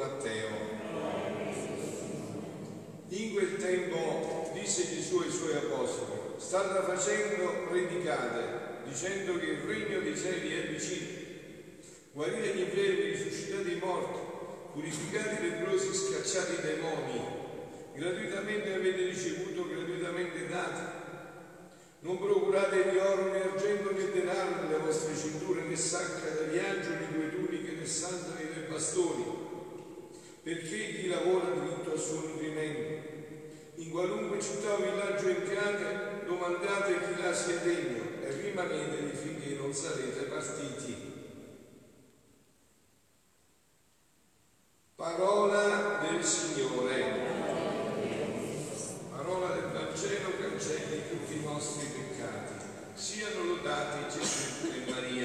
Matteo. In quel tempo disse Gesù ai suoi apostoli: state facendo, predicate, dicendo che il regno dei cieli è vicino. Guarite gli infermi, risuscitate i morti, purificate i lebbrosi, scacciate i demoni. Gratuitamente avete ricevuto, gratuitamente date. Non procuratevi oro né argento né denaro nelle vostre cinture, né sacca da viaggio, né 2 tuniche, né sandali, né bastoni, perché chi lavora dritto al suo nutrimento. In qualunque città o villaggio entriate, domandate chi là sia degno e rimanetevi finché non sarete partiti. Parola del Signore. Parola del Vangelo, cancelli tutti i nostri peccati. Siano lodati Gesù e Maria.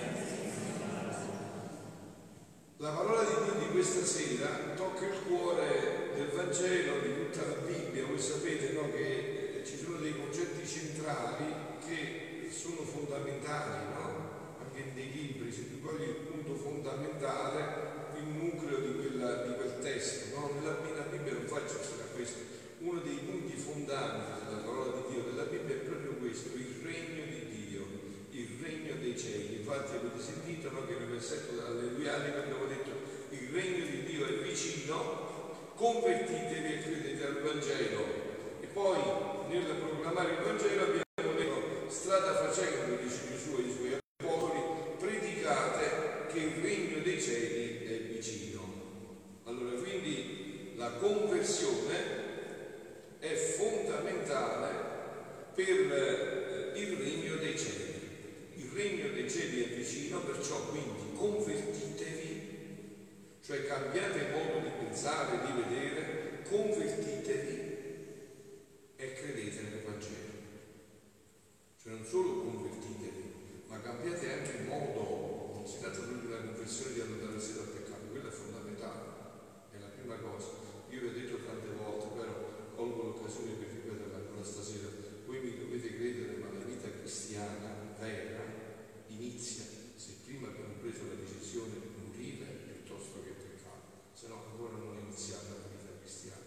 La parola di Dio di questa sera tocca il cuore del Vangelo, di tutta la Bibbia. Voi sapete, no, che ci sono dei concetti centrali che sono fondamentali, no? Anche nei libri, se tu cogli il punto fondamentale, il nucleo di quel testo, no? Nella Bibbia non faccio solo questo. Uno dei punti fondanti della parola di Dio della Bibbia è proprio questo: il regno di Dio, il regno dei cieli. Infatti avete sentito, no, che nel versetto dell'Alleluiale abbiamo detto: il regno di Dio è vicino, convertitevi e credete al Vangelo. E poi nel proclamare il Vangelo abbiamo detto: strada facendo, dice Gesù ai suoi apostoli, predicate che il regno dei cieli è vicino. Allora, quindi la conversione è fondamentale per il regno dei cieli. Il regno dei cieli è vicino, perciò quindi convertitevi, cioè cambiate modo di pensare, di vedere, convertitevi e credete nel Vangelo. Cioè non solo convertitevi, ma cambiate anche il modo. Non si tratta solo di una conversione di allontanarsi dal peccato, quello è fondamentale, è la prima cosa. Io vi ho detto tante volte, però colgo l'occasione per ripeterla ancora stasera: voi mi dovete credere, ma la vita cristiana vera inizia se prima abbiamo preso la decisione di morire piuttosto che peccare, se no ancora non è iniziata la vita cristiana.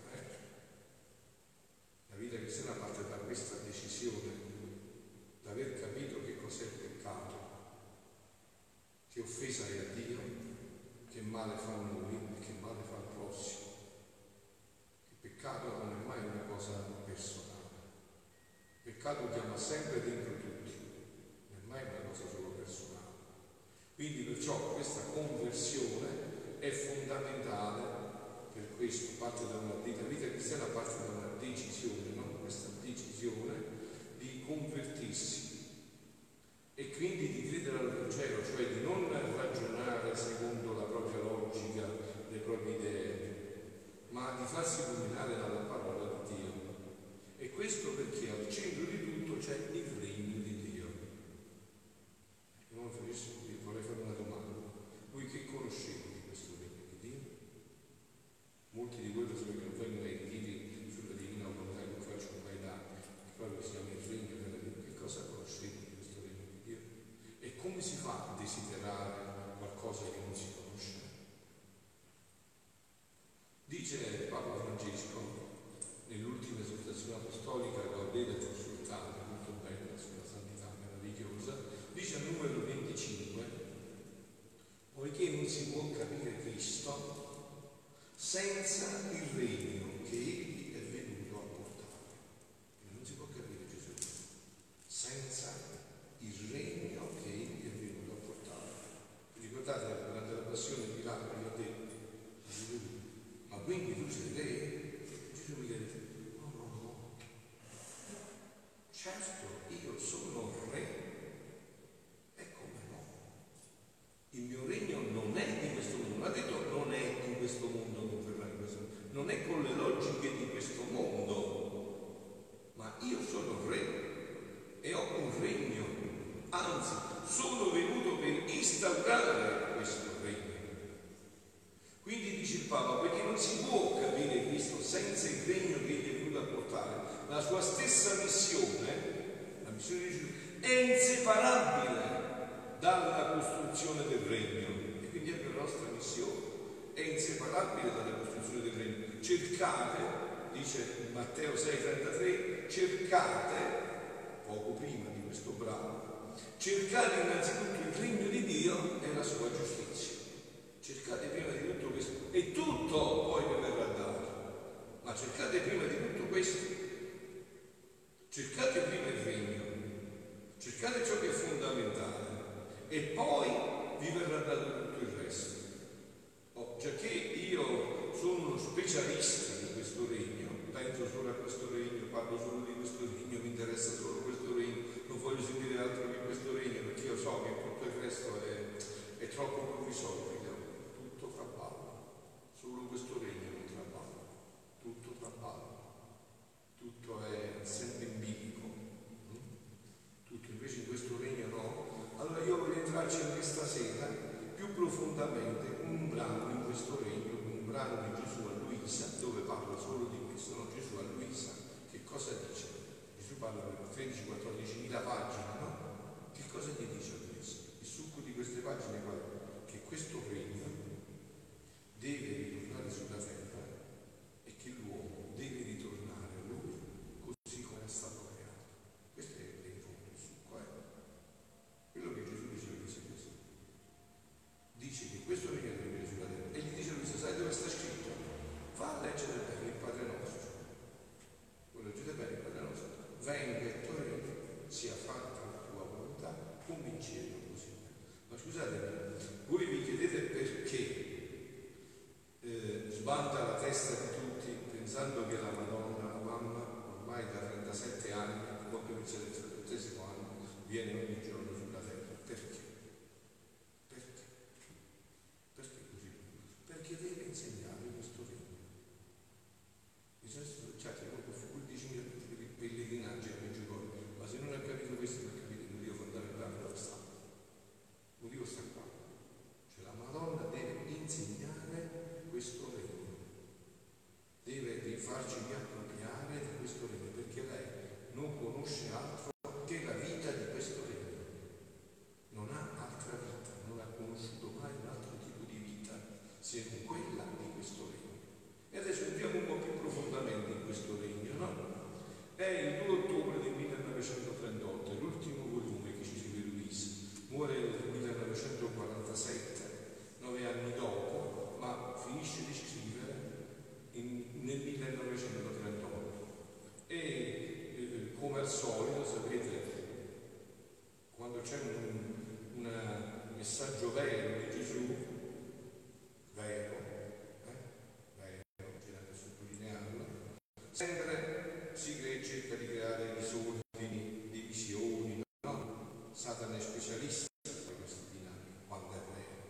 La vita cristiana parte da questa decisione, d'aver capito che cos'è il peccato, che offesa è a Dio, che male fa a noi e che male fa al prossimo. Il peccato non è mai una cosa personale, il peccato chiama sempre dentro tutti, non è mai una cosa solo personale. Quindi perciò questa conversione è fondamentale per questo, parte da una vita cristiana, parte da una decisione, no? Questa decisione di convertirsi e quindi di credere al Vangelo, cioè di non ragionare secondo la propria logica, le proprie idee, ma di farsi illuminare dalla parola di Dio. E questo perché al centro di tutto c'è il regno di Dio. Vorrei fare una domanda: voi che conoscete di questo regno di Dio? Molti di voi lo so che non vengono ai ritiri sulla Divina Volontà che faccio un paio d'anni, che proprio si chiama il regno della Dio. Che cosa conoscete di questo regno di Dio? E come si fa a desiderare qualcosa che non si conosce? Dice Papa Francesco nell'ultima esortazione apostolica Gaudete et Exsultate, molto bella sulla santità meravigliosa, dice al numero 25: poiché non si può capire Cristo senza il regno che Egli è venuto a portare. Non si può capire Gesù senza il regno che Egli è venuto a portare. Vi ricordate durante la passione di Pilato gli ha detto: ma quindi tu sei re? Gesù mi dice: no, certo, io sono re. E come no? Il mio regno non è di questo mondo. Non ha detto non è di questo mondo, non verrà in questo mondo, non è con le logiche di questo mondo, ma io sono re e ho un regno, anzi sono venuto per instaurare questo regno. Quindi dice il Papa, perché non si può capire Cristo senza il regno che Egli è venuto a portare. La sua stessa missione, la missione di Gesù, è inseparabile dalla costruzione del regno. E quindi anche la nostra missione è inseparabile dalla costruzione del regno. Cercate, dice Matteo 6,33, cercate, poco prima di questo brano, cercate innanzitutto il regno di Dio e la sua giustizia. Cercate prima di tutto questo e tutto poi vi verrà dato. Ma cercate prima di tutto questo. Cercate prima il regno, cercate ciò che è fondamentale e poi vi verrà dato tutto il resto. Giacché io sono uno specialista di questo regno, penso solo a questo regno, parlo solo di questo regno, mi interessa solo questo regno, non voglio sentire altro che questo regno, perché io so che tutto il resto è troppo provvisorio. Tutto traballa, solo questo regno non traballa, tutto traballa, tutto è sempre in bilico, tutto invece in questo regno no. Allora io voglio entrarci anche stasera più profondamente un brano in questo regno, un brano di Gesù a Luisa, dove parla solo di questo, no? Gesù a Luisa, che cosa dice? Gesù parla per 13-14 mila pagine, no? Che cosa gli dice a Luisa? Il succo di queste pagine qual è? Che questo regno deve ritornare sulla terra e che l'uomo deve ritornare a lui così come è stato creato. Questo è in fondo il succo, quello che Gesù dice a Luisa. Dice che questo regno deve venire sulla terra e gli dice a Luisa, sai dove sta scritto? Va a leggere bene il Padre nostro. Voi leggete bene il Padre nostro. Venga il tuo regno, sia fatta la tua volontà, come in cielo così. Ma scusatemi, voi vi chiedete perché sbanda la testa di tutti pensando che la Madonna, la mamma, ormai da 37 anni, proprio inizia il 37 anno, viene ogni giorno sulla terra. Perché? Perché così? Perché deve insegnare questo regno. Bisogna associarsi proprio 15.000 pellegrinaggi a Meggiugorio, ma se non ha capito questo, non ha capito il motivo fondamentale dove sta. Il motivo sta qua. Cioè la Madonna deve insegnare questo regno, deve farci riappropriare di questo regno, perché lei non conosce altro che la vita di questo regno. Non ha altra vita, non ha conosciuto mai un altro tipo di vita se non quella di questo regno. E adesso entriamo un po' più profondamente in questo regno, no? È il 2 ottobre del 1938, è l'ultimo volume che ci scrive Luisa. Muore nel 1947, 9 anni dopo, ma finisce di scrivere nel 1938. E come al solito, sapete, quando c'è un messaggio vero di Gesù, vero, bisogna sottolinearlo, sempre cerca di creare disordini, divisioni, no? Satana è specialista a fare queste dinamiche, quando è vero,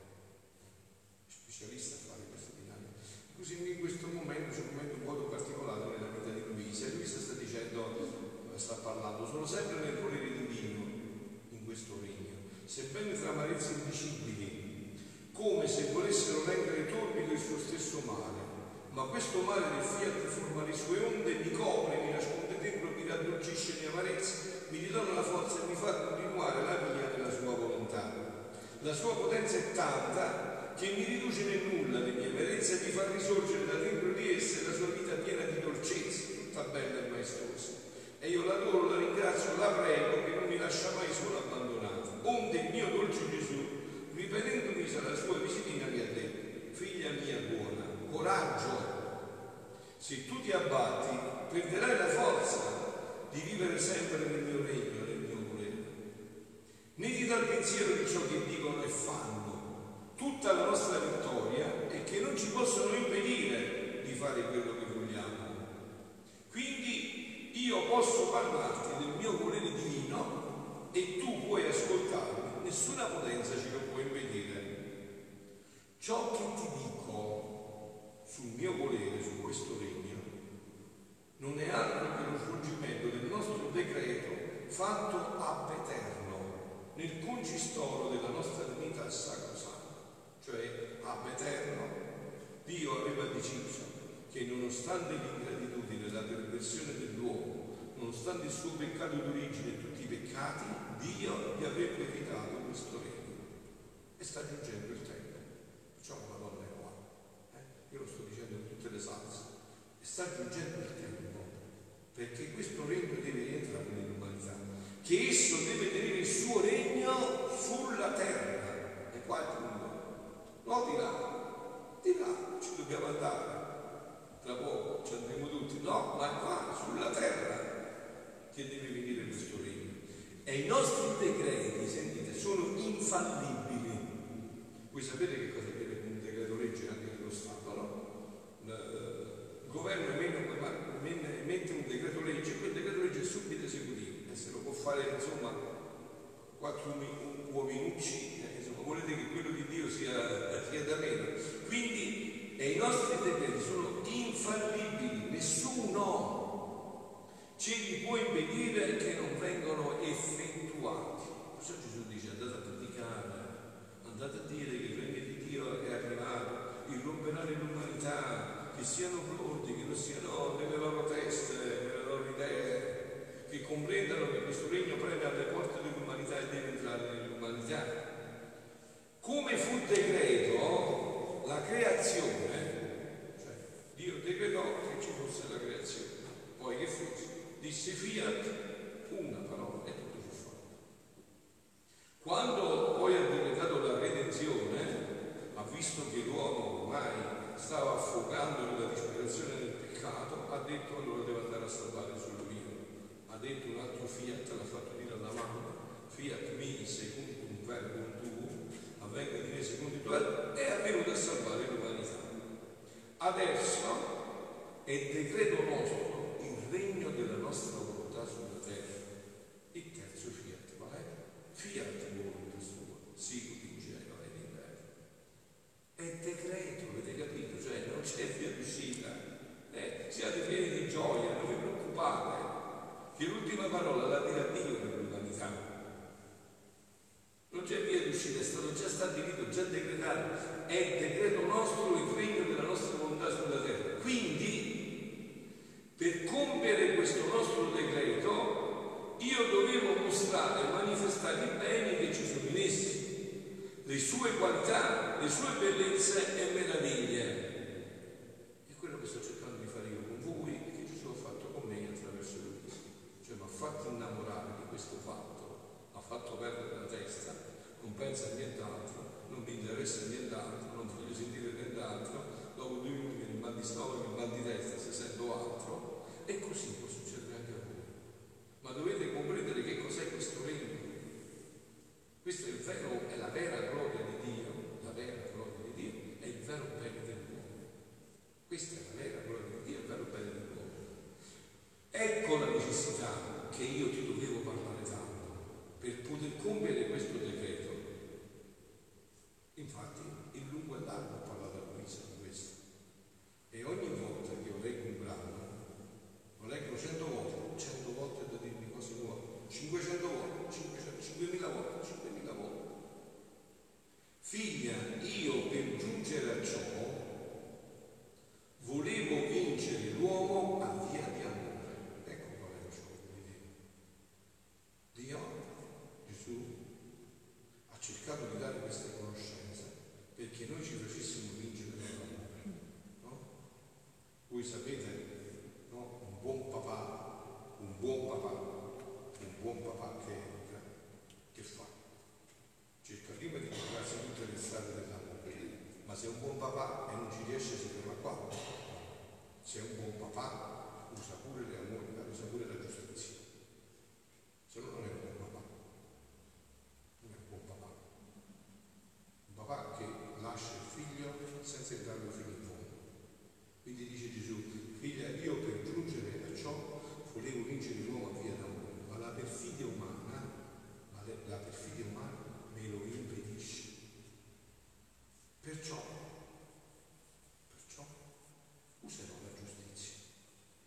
è specialista a fare queste dinamiche. Così in questo momento c'è un momento un modo particolare nella vita di Luisa, e Luisa sta dicendo, sta parlando, sono sempre nel volere divino in questo regno, sebbene tra amarezze indicibili, come se volessero rendere torbido il suo stesso male, ma questo male del fiat forma le sue onde, mi copre, mi nasconde dentro, mi raddolcisce di amarezza, mi ridona la forza e mi fa continuare la via della sua volontà. La sua potenza è tanta che mi riduce nel nulla le mie amarezze e mi fa risorgere da dentro di esse la sua vita piena di dolcezza, tutta bella e maestosa. E io l'adoro, la ringrazio, la prego che non mi lascia mai solo abbandonato. Onde il mio dolce Gesù, ripetendomi la sua visitina, mi ha detto, figlia mia buona, coraggio, se tu ti abbatti perderai la forza di vivere sempre nel mio regno, nel mio volere. Né ti dà il pensiero di ciò che dicono e fanno. Tutta la nostra vittoria è che non ci possono impedire di fare quello che vogliamo. Quindi io posso parlarti del mio volere divino e tu puoi ascoltarmi, nessuna potenza ce lo può impedire. Ciò che ti dico sul mio volere, su questo regno, non è altro che lo svolgimento del nostro decreto fatto ab eterno, nel concistoro della nostra divinità sacrosanta, cioè ab eterno. Dio aveva deciso che nonostante l'ingratitudine, la perversione dell'uomo, nonostante il suo peccato d'origine e tutti i peccati, Dio gli avrebbe evitato questo regno. E sta giungendo il tempo. Facciamo una donna qua. sta giungendo il tempo, perché questo regno deve rientrare nell'umanità, che esso deve tenere il suo regno sulla terra. E qua è il punto, no di là ci dobbiamo andare, tra poco ci andremo tutti, no, ma è qua sulla terra che deve venire questo regno. E i nostri decreti, sentite, sono infallibili. Voi sapete che cosa viene con un decreto legge anche dello Stato, no? Il governo emette un decreto legge, quel decreto legge è subito esecutivo e se lo può fare, insomma, 4 uovinucci, insomma, volete che quello di Dio sia da meno. Quindi i nostri decreti sono infallibili, nessuno ce li può impedire che non vengano effettuati. Perciò Gesù dice: andate a predicare, andate a dire che il regno di Dio è arrivato, irromperà nell'umanità, che siano pronti, che non siano nelle loro teste, nelle loro idee, che comprendano che questo regno preme alle porte dell'umanità e deve entrare nell'umanità. Come fu decreto la creazione, cioè Dio decretò che ci fosse la creazione, poi che fece? Disse fiat, una parola e tutto fu fatto. Quando poi ha decretato la redenzione, ha visto che l'uomo ormai stava affogando nella disperazione del peccato, ha detto: allora deve andare a salvare solo io. Ha detto un altro fiat, l'ha fatto dire alla mamma: fiat mi secundum verbum tuum, avvenga di me secondo il tuo, e è venuto a salvare l'umanità. Adesso è decreto nostro il regno della nostra volontà sulla terra. Il terzo fiat, qual è? Fiat voluntas tua, sicut in cielo ed in terra. È decreto, avete capito? Cioè non c'è via d'uscita. Siate pieni di gioia, non vi preoccupate, che l'ultima parola la dirà Dio nell'umanità. Non c'è via d'uscita, è stato già stabilito, già decretato. È decreto nostro il regno della nostra volontà sulla terra. Quindi, per compiere questo nostro decreto, io dovevo mostrare e manifestare i beni che ci sono in essi, le sue qualità, le sue bellezze e meraviglie. È quello che sto cercando di fare io con voi e che Gesù ha fatto con me attraverso lui. Cioè mi ha fatto innamorare di questo fatto, ha fatto perdere la testa, non pensa a nient'altro, non mi interessa nient'altro, non voglio sentire nient'altro, dopo 2 minuti mi mal di stomaco, mi mal di testa se sento altro, e così può succedere anche a voi. Ma dovete comprendere che cos'è questo regno. Questo è il vero, è la vera gloria di Dio, la vera gloria di Dio è il vero bene dell'uomo. Questa è la vera gloria di Dio, il vero bene dell'uomo. Ecco la necessità che io ti dovevo parlare tanto per poter compiere questo decreto. Infatti, in lungo e largo ho parlato a Luisa di questo. E ogni volta che io leggo un brano, lo leggo 100 volte, 100 volte da dirmi cose nuove, 500 volte, 5.000 volte, 5.000 volte. Figlia, io per giungere a ciò volevo vincere l'uomo a via di amore. Ecco qual è lo scopo di Dio. Dio, Gesù, ha cercato di dare queste conoscenze perché noi ci facessimo vincere dall'amore. No? Voi sapete, no? Un buon papà che fa? Cerca prima di trovarsi tutte le strade dell'amore, ma se è un buon papà e non ci riesce si ferma qua. Se è un buon papà usa pure l'amore, usa pure la giustizia, se no non è un buon papà. Non è un buon papà. Un papà che lascia il figlio senza entrarlo fino in fondo. Quindi dice Gesù: figlia, io per giungere a ciò volevo vincere l'uomo a via d'amore, ma la perfidia umana me lo impedisce. Perciò userò la giustizia.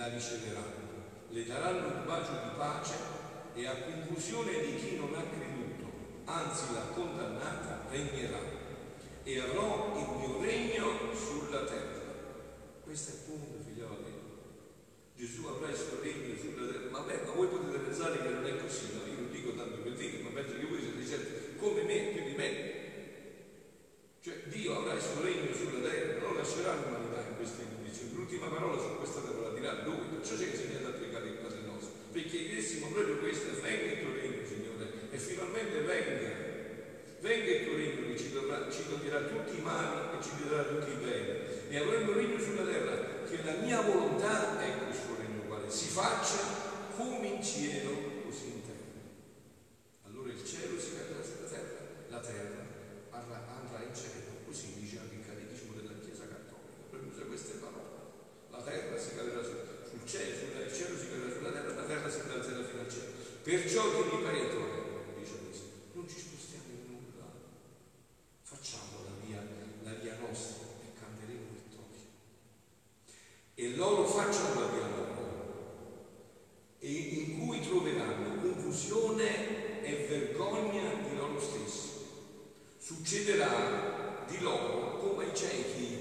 la riceveranno, le daranno un bacio di pace e a conclusione di chi non ha creduto, anzi l'ha condannata, regnerà e avrò il mio regno sulla terra. Questo è il punto, figlioli. Gesù avrà il suo regno sulla terra. Ma voi potete pensare che non è così, no? Io non dico tanto per dire, ma penso che voi siete certi come me, più di me. Cioè Dio avrà il suo regno sulla terra, non lascerà l'umanità in queste condizioni. L'ultima parola su questa terra la dirà Lui, perciò ci insegna ad applicare il Padre nostro, perché chiedessimo proprio questo: venga il tuo regno, Signore, e finalmente venga il tuo regno che ci toglierà tutti i mali e ci darà tutti i beni, e avremo il regno sulla terra, che la mia volontà, ecco il suo regno quale, si faccia come in cielo così in terra. Allora il cielo si cadrà sulla terra, la terra andrà in cielo, così dice anche il catechismo della Chiesa Cattolica, proprio usa queste parole: la terra si cadrà sul cielo, il cielo si cadrà sulla terra, la terra si alzerà fino al cielo. Perciò ti ripeto, dice questo, non ci spostiamo in nulla, facciamo la via nostra e canteremo vittoria, e loro facciano la via loro, e in cui troveranno confusione e vergogna di loro stessi. Succederà di loro come ai ciechi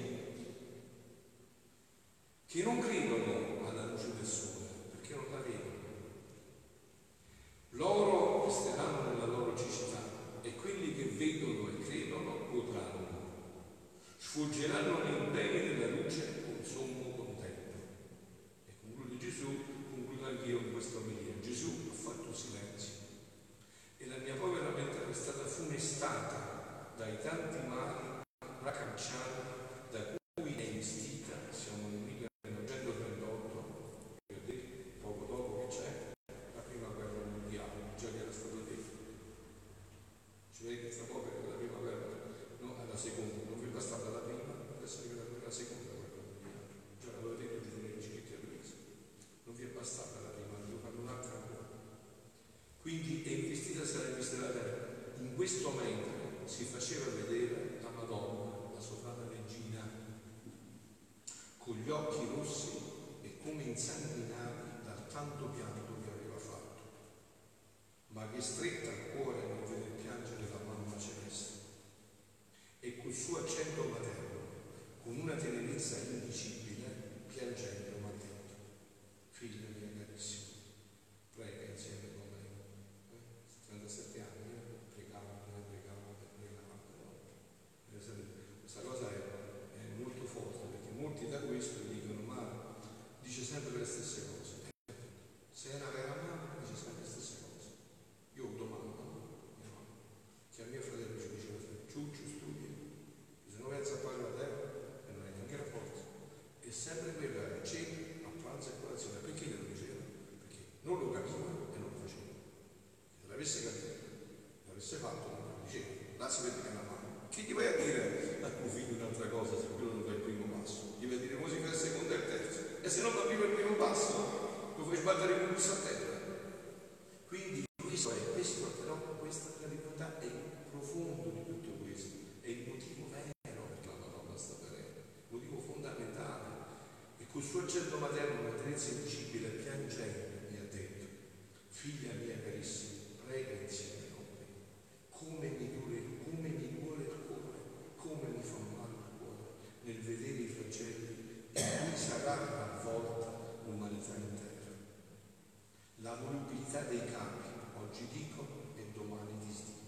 che non credono alla luce del sole, perché non la vedono. Loro resteranno nella loro cecità, e quelli che vedono e credono godranno, sfuggeranno nei beni della luce con sommo contento. E conclude Gesù, concludo anch'io in questa omelia. Gesù ha fatto silenzio, e la mia povera mente è stata funestata dai tanti mali raccanciati da cui è investita. Siamo nel 1938, vi ho detto, poco dopo che c'è la prima guerra mondiale, già che era stato detto. Ci vede questa povera che la prima guerra, no, alla seconda, non vi bastava la prima, adesso arriva la seconda guerra mondiale. Già l'aveva detto Gesù negli scritti a Luisa. Non vi è bastata la prima, devo fare un'altra ancora. Quindi è investita, sarà investita la terra. In questo mentre si faceva vedere la Madonna, la sovrana regina, con gli occhi rossi e come insanguinati dal tanto pianto che aveva fatto, ma che stretta al cuore nel vedere piangere la mamma celeste, e col suo accento materno, con una tenerezza indicibile, piangendo mi ha detto: figlia mia carissima, prega insieme con me. 37 anni, pregavo. Questa cosa è molto forte, perché molti da questo dicono: ma dice sempre le stesse cose. Se è una vera mamma dice sempre le stesse cose. Io ho avuto mamma, mia mamma, che a mio fratello ci diceva sempre: Ciuccio, studia, se no pensa a fare la terra e non hai neanche la forza. E sempre quella cena, a pranzo e colazione. Perché glielo diceva? Perché non lo capiva e non lo faceva. Se l'avesse capito, l'avesse fatto, non lo diceva. Là si vede che è una mamma. Che gli vai a dire a tuo figlio un'altra cosa se quello non fa il primo passo? Gli vai a dire come si fa il secondo e il terzo, e se non capiva il primo passo lo fai sbattere con un busto a terra. Quindi questo però, questa libertà è il profondo di tutto questo, è il motivo vero perché la Madonna sta venendo, il motivo fondamentale. E col suo accento materno, una tenerezza indicibile, piangendo mi ha detto: figlia mia carissima, prega insieme con me. Come mi duole il cuore, come mi fa male il cuore nel vedere i flagelli in cui sarà avvolta l'umanità intera. La volubilità dei capi, oggi dico e domani disdico.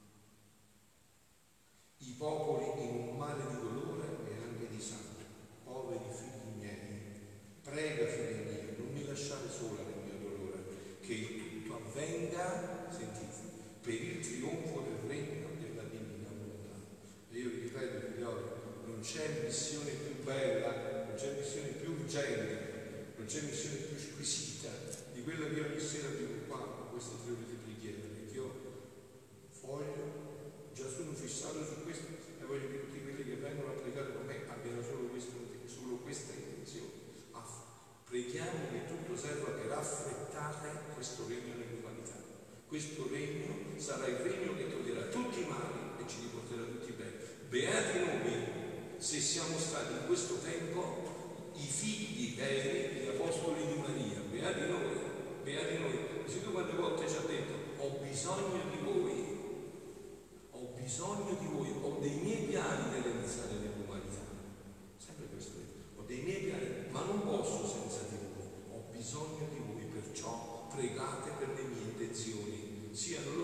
I popoli in un mare di dolore e anche di sangue. Poveri figli miei, prega figlia mia, non mi lasciare sola nel mio dolore, che il tutto avvenga, sentite, per il trionfo del regno della divina volontà. E io vi ripeto, figlioli, non c'è missione più bella, non c'è missione più urgente, non c'è missione più squisita di quella che ogni sera dico qua, con queste 3 ore di preghiera, perché io voglio, già sono fissato su questo, e voglio che tutti quelli che vengono a pregare con me abbiano solo questa intenzione. Preghiamo che tutto serva per affrettare questo regno nell'umanità. Questo regno sarà il regno che toglierà tutti i mali e ci riporterà tutti bene. Beati noi se siamo stati in questo tempo i figli veri, gli apostoli di Maria. Beati noi, beati noi. Se tu quante volte ci ha detto ho bisogno di voi, ho bisogno di voi, ho dei miei piani per realizzare nell'umanità. Sempre questo, ho dei miei piani, ma non posso senza di voi, ho bisogno di voi, perciò pregate per le mie intenzioni, siano